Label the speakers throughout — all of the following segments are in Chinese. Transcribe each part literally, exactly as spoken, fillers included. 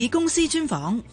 Speaker 1: 以公司專訪。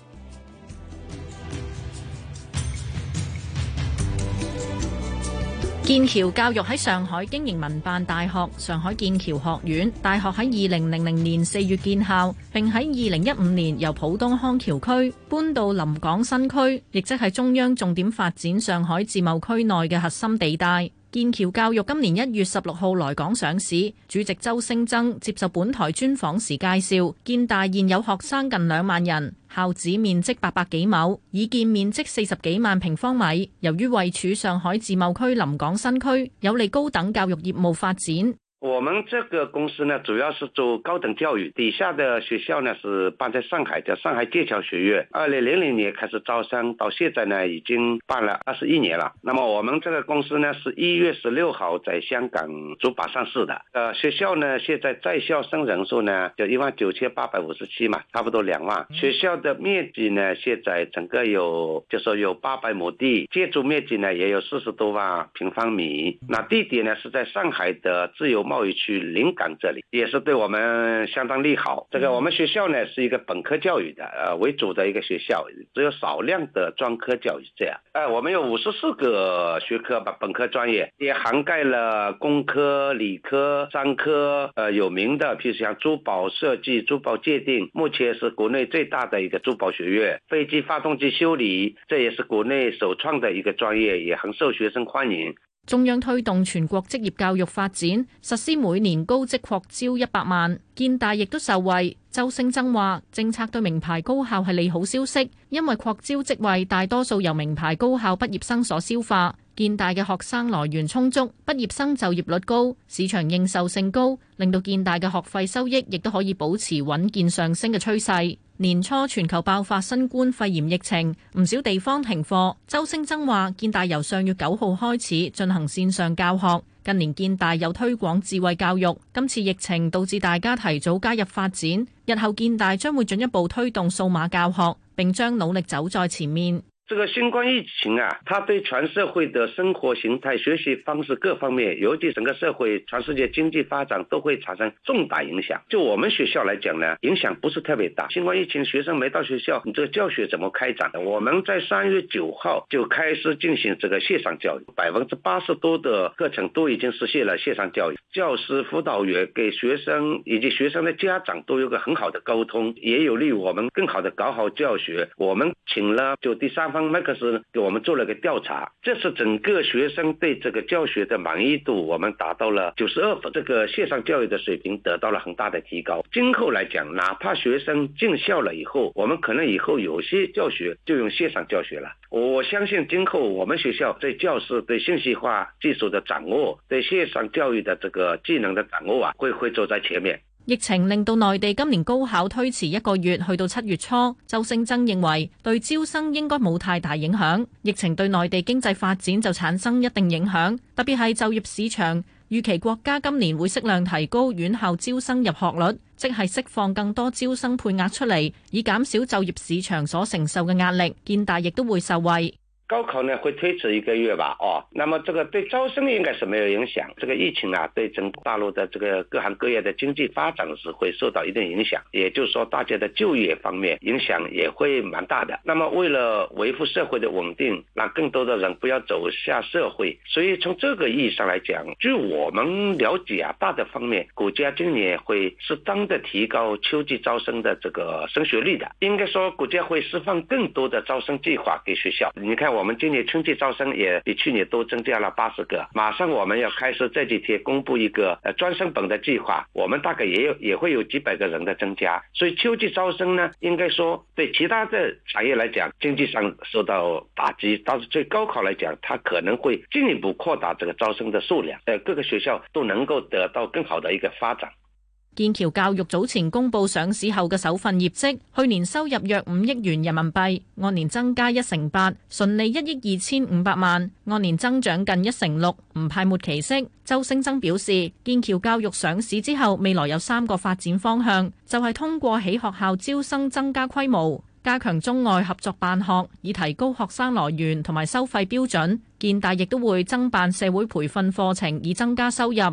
Speaker 2: 劍橋教育喺上海經營民辦大學上海劍橋學院，大學喺二零零零年四月建校，並喺二零一五年由浦東康橋區搬到臨港新區，亦即係中央重點發展上海自貿區內嘅核心地帶。劍橋教育今年一月十六號來港上市，主席周星增接受本台專訪時介紹，建大現有學生近兩萬人，校址面積八百幾畝，已建面積四十幾萬平方米。由於位處上海自貿區臨港新區，有利高等教育業務發展。
Speaker 3: 我們這個公司呢，主要是做高等教育，底下的學校呢是辦在上海，叫上海劍橋學院。二零零零年開始招生，到現在呢已經辦了二十一年了。那麼我們這個公司呢，是一月十六號在香港主板上市的。呃，學校呢現在在校生人數呢就一萬九千八百五十七嘛，差不多兩萬。學校的面積呢，現在整個有，就說有八百畝地，建築面積呢也有四十多萬平方米。那地點呢是在上海的自由貿易區臨港這裡，也是對我們相當利好。這個我們學校呢是一個本科教育的呃為主的一個學校，只有少量的專科教育這樣。呃，我們有五十四個學科吧，本科專業也涵蓋了工科、理科、商科，呃有名的，譬如像珠寶設計、珠寶鑑定，目前是國內最大的一個珠寶學院。飛機發動機修理，這也是國內首創的一個專業，也很受學生歡迎。
Speaker 2: 中央推動全國職業教育發展，實施每年高職擴招一百萬，建大亦都受惠。周星增話，政策對名牌高校係利好消息，因為擴招職位大多數由名牌高校畢業生所消化。建大嘅學生來源充足，畢業生就業率高，市場認受性高，令到建大嘅學費收益亦都可以保持穩健上升嘅趨勢。年初全球爆發新冠肺炎疫情，唔少地方停課。周星增話，建大由上月九號開始進行線上教學，近年建大有推廣智慧教育，今次疫情導致大家提早加入發展，日後建大將會進一步推動數碼教學，並將努力走在前面。
Speaker 3: 這個新冠疫情啊，它對全社會的生活形態、學習方式各方面，尤其整個社會、全世界經濟發展都會產生重大影響。就我們學校來講呢，影響不是特別大。新冠疫情，學生沒到學校，你這個教學怎麼開展的？我們在三月九號就開始進行這個線上教育，百分之八十多的課程都已經實現了線上教育。教師、輔導員給學生以及學生的家長都有個很好的溝通，也有利於我們更好的搞好教學。我們請了就第三方麥克斯給我們做了個調查，這是整個學生對這個教學的滿意度，我們達到了九十二分，這個線上教育的水平得到了很大的提高。今後來講，哪怕學生進校了以後，我們可能以後有些教學就用線上教學了。我相信今後我們學校對教師對信息化技術的掌握，對線上教育的這個技能的掌握啊，會會走在前面。
Speaker 2: 疫情令到內地今年高考推遲一個月，去到七月初。周星增認為對招生應該冇太大影響，疫情對內地經濟發展就產生一定影響，特別係就業市場。預期國家今年會適量提高院校招生入學率，即係釋放更多招生配額出嚟，以減少就業市場所承受嘅壓力。建大亦都會受惠。
Speaker 3: 高考呢會推遲一個月吧，哦，那麼這個對招生應該是沒有影響。這個疫情啊，對整個大陸的這個各行各業的經濟發展是會受到一定影響，也就是說大家的就業方面影響也會蠻大的。那麼為了維護社會的穩定，讓更多的人不要走下社會，所以從這個意義上來講，據我們了解啊，大的方面，國家今年會適當的提高秋季招生的這個升學率的。應該說國家會釋放更多的招生計劃給學校。你看我們今年春季招生也比去年都增加了八十個，馬上我們要開始這幾天公布一個呃專升本的計劃，我們大概也有也會有幾百個人的增加，所以秋季招生呢，應該說對其他的產業來講，經濟上受到打擊，但是對高考來講，它可能會進一步擴大這個招生的數量，呃各個學校都能夠得到更好的一個發展。
Speaker 2: 劍橋教育早前公布上市後嘅首份業績，去年收入約五億元人民幣，按年增加一成八，純利一億二千五百萬，按年增長近一成六，唔派末期息。周星增表示，劍橋教育上市之後，未來有三個發展方向，就係、是、通過喺學校招生增加規模，加強中外合作辦學，以提高學生來源同埋收費標準。建大亦都會增辦社會培訓課程，以增加收入。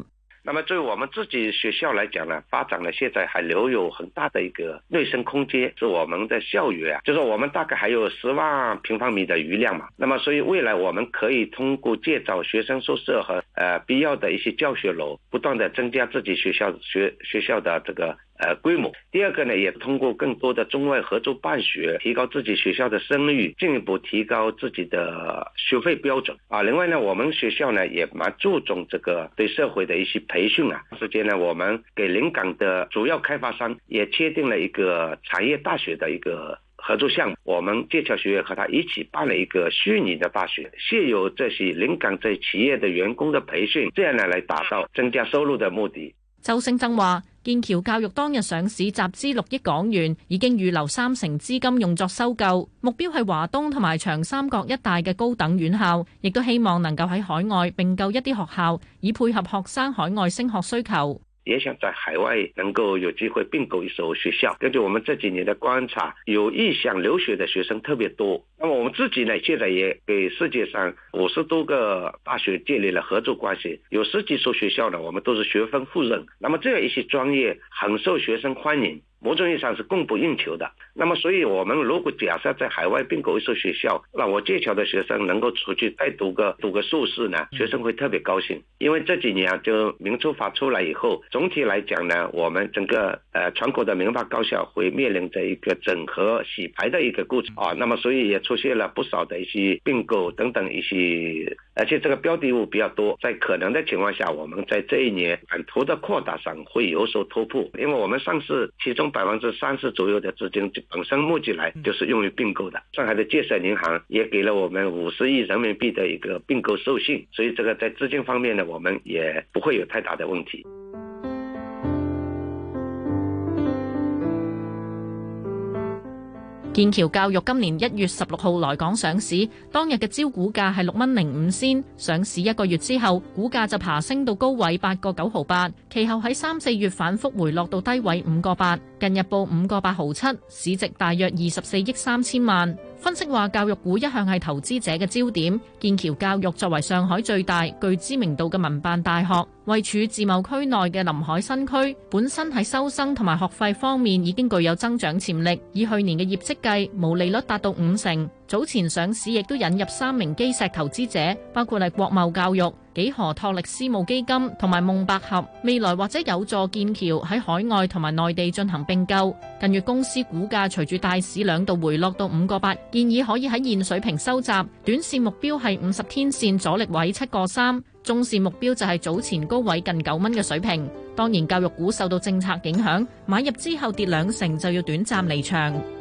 Speaker 3: 那麼對於我們自己學校來講呢，發展呢現在還留有很大的一個內生空間，是我們的校園啊，就是我們大概還有十萬平方米的餘量嘛。那麼所以未來我們可以通過建造學生宿舍和呃必要的一些教學樓，不斷的增加自己學校學學校的這個呃規模。第二個呢，也通過更多的中外合作辦學，提高自己學校的聲譽，進一步提高自己的學費標準啊。另外呢，我們學校呢也蠻注重這個對社會的一些培訓啊。之前呢，我們給臨港的主要開發商也簽訂了一個產業大學的一個合作項目，我們劍橋學院和他一起辦了一個虛擬的大學，現有這些臨港這企業的員工的培訓，這樣呢來達到增加收入的目的。
Speaker 2: 周星增話，劍橋教育當日上市集資六億港元，已經預留三成資金用作收購，目標係華東同埋長三角一帶嘅高等院校，亦都希望能夠喺海外併購一啲學校，以配合學生海外升學需求。
Speaker 3: 也想在海外能夠有機會併購一所學校。根據我們這幾年的觀察，有意向留學的學生特別多。那麼我們自己呢，現在也給世界上五十多個大學建立了合作關係，有十幾所學校呢，我們都是學分互認。那麼這樣一些專業很受學生歡迎，某種意義上是供不應求的。那麼所以我們如果假設在海外併購一所學校，讓我劍橋的學生能夠出去再讀個讀個碩士呢，學生會特別高興。因為這幾年啊，就民初法出來以後，總體來講呢，我們整個呃全國的民法高校會面臨着一個整合洗牌的一個過程啊。那麼所以也出現了不少的一些併購等等一些，而且這個標的物比較多，在可能的情況下，我們在這一年版圖的擴大上會有所突破。因為我們上市其中百分之三十左右的資金本身目的來就是用於併購的。上海的建設銀行也給了我們五十億人民幣的一個併購授信，所以這個在資金方面呢，我們也不會有太大的問題。
Speaker 2: 劍橋教育今年一月十六號來港上市，當日嘅招股價係六蚊零五仙，上市一個月之後，股價就爬升到高位八個九毫八，其後喺三四月反覆回落到低位五個八，近日報五個八毫七，市值大約二十四億三千萬。分析話，教育股一向係投資者嘅焦點。劍橋教育作為上海最大、具知名度嘅民辦大學，位處自貿區內嘅臨海新區，本身喺收生同埋學費方面已經具有增長潛力。以去年嘅業績計，毛利率達到五成。早前上市亦都引入三名基石投資者，包括係國貿教育、幾何托力私募基金同埋夢百合，未來或者有助劍橋喺海外同埋內地進行併購。近月公司股價隨住大市兩度回落到五個八，建議可以喺現水平收集，短線目標係五十天線阻力位七個三，中線目標就係早前高位近九蚊嘅水平。當然教育股受到政策影響，買入之後跌兩成就要短暫離場。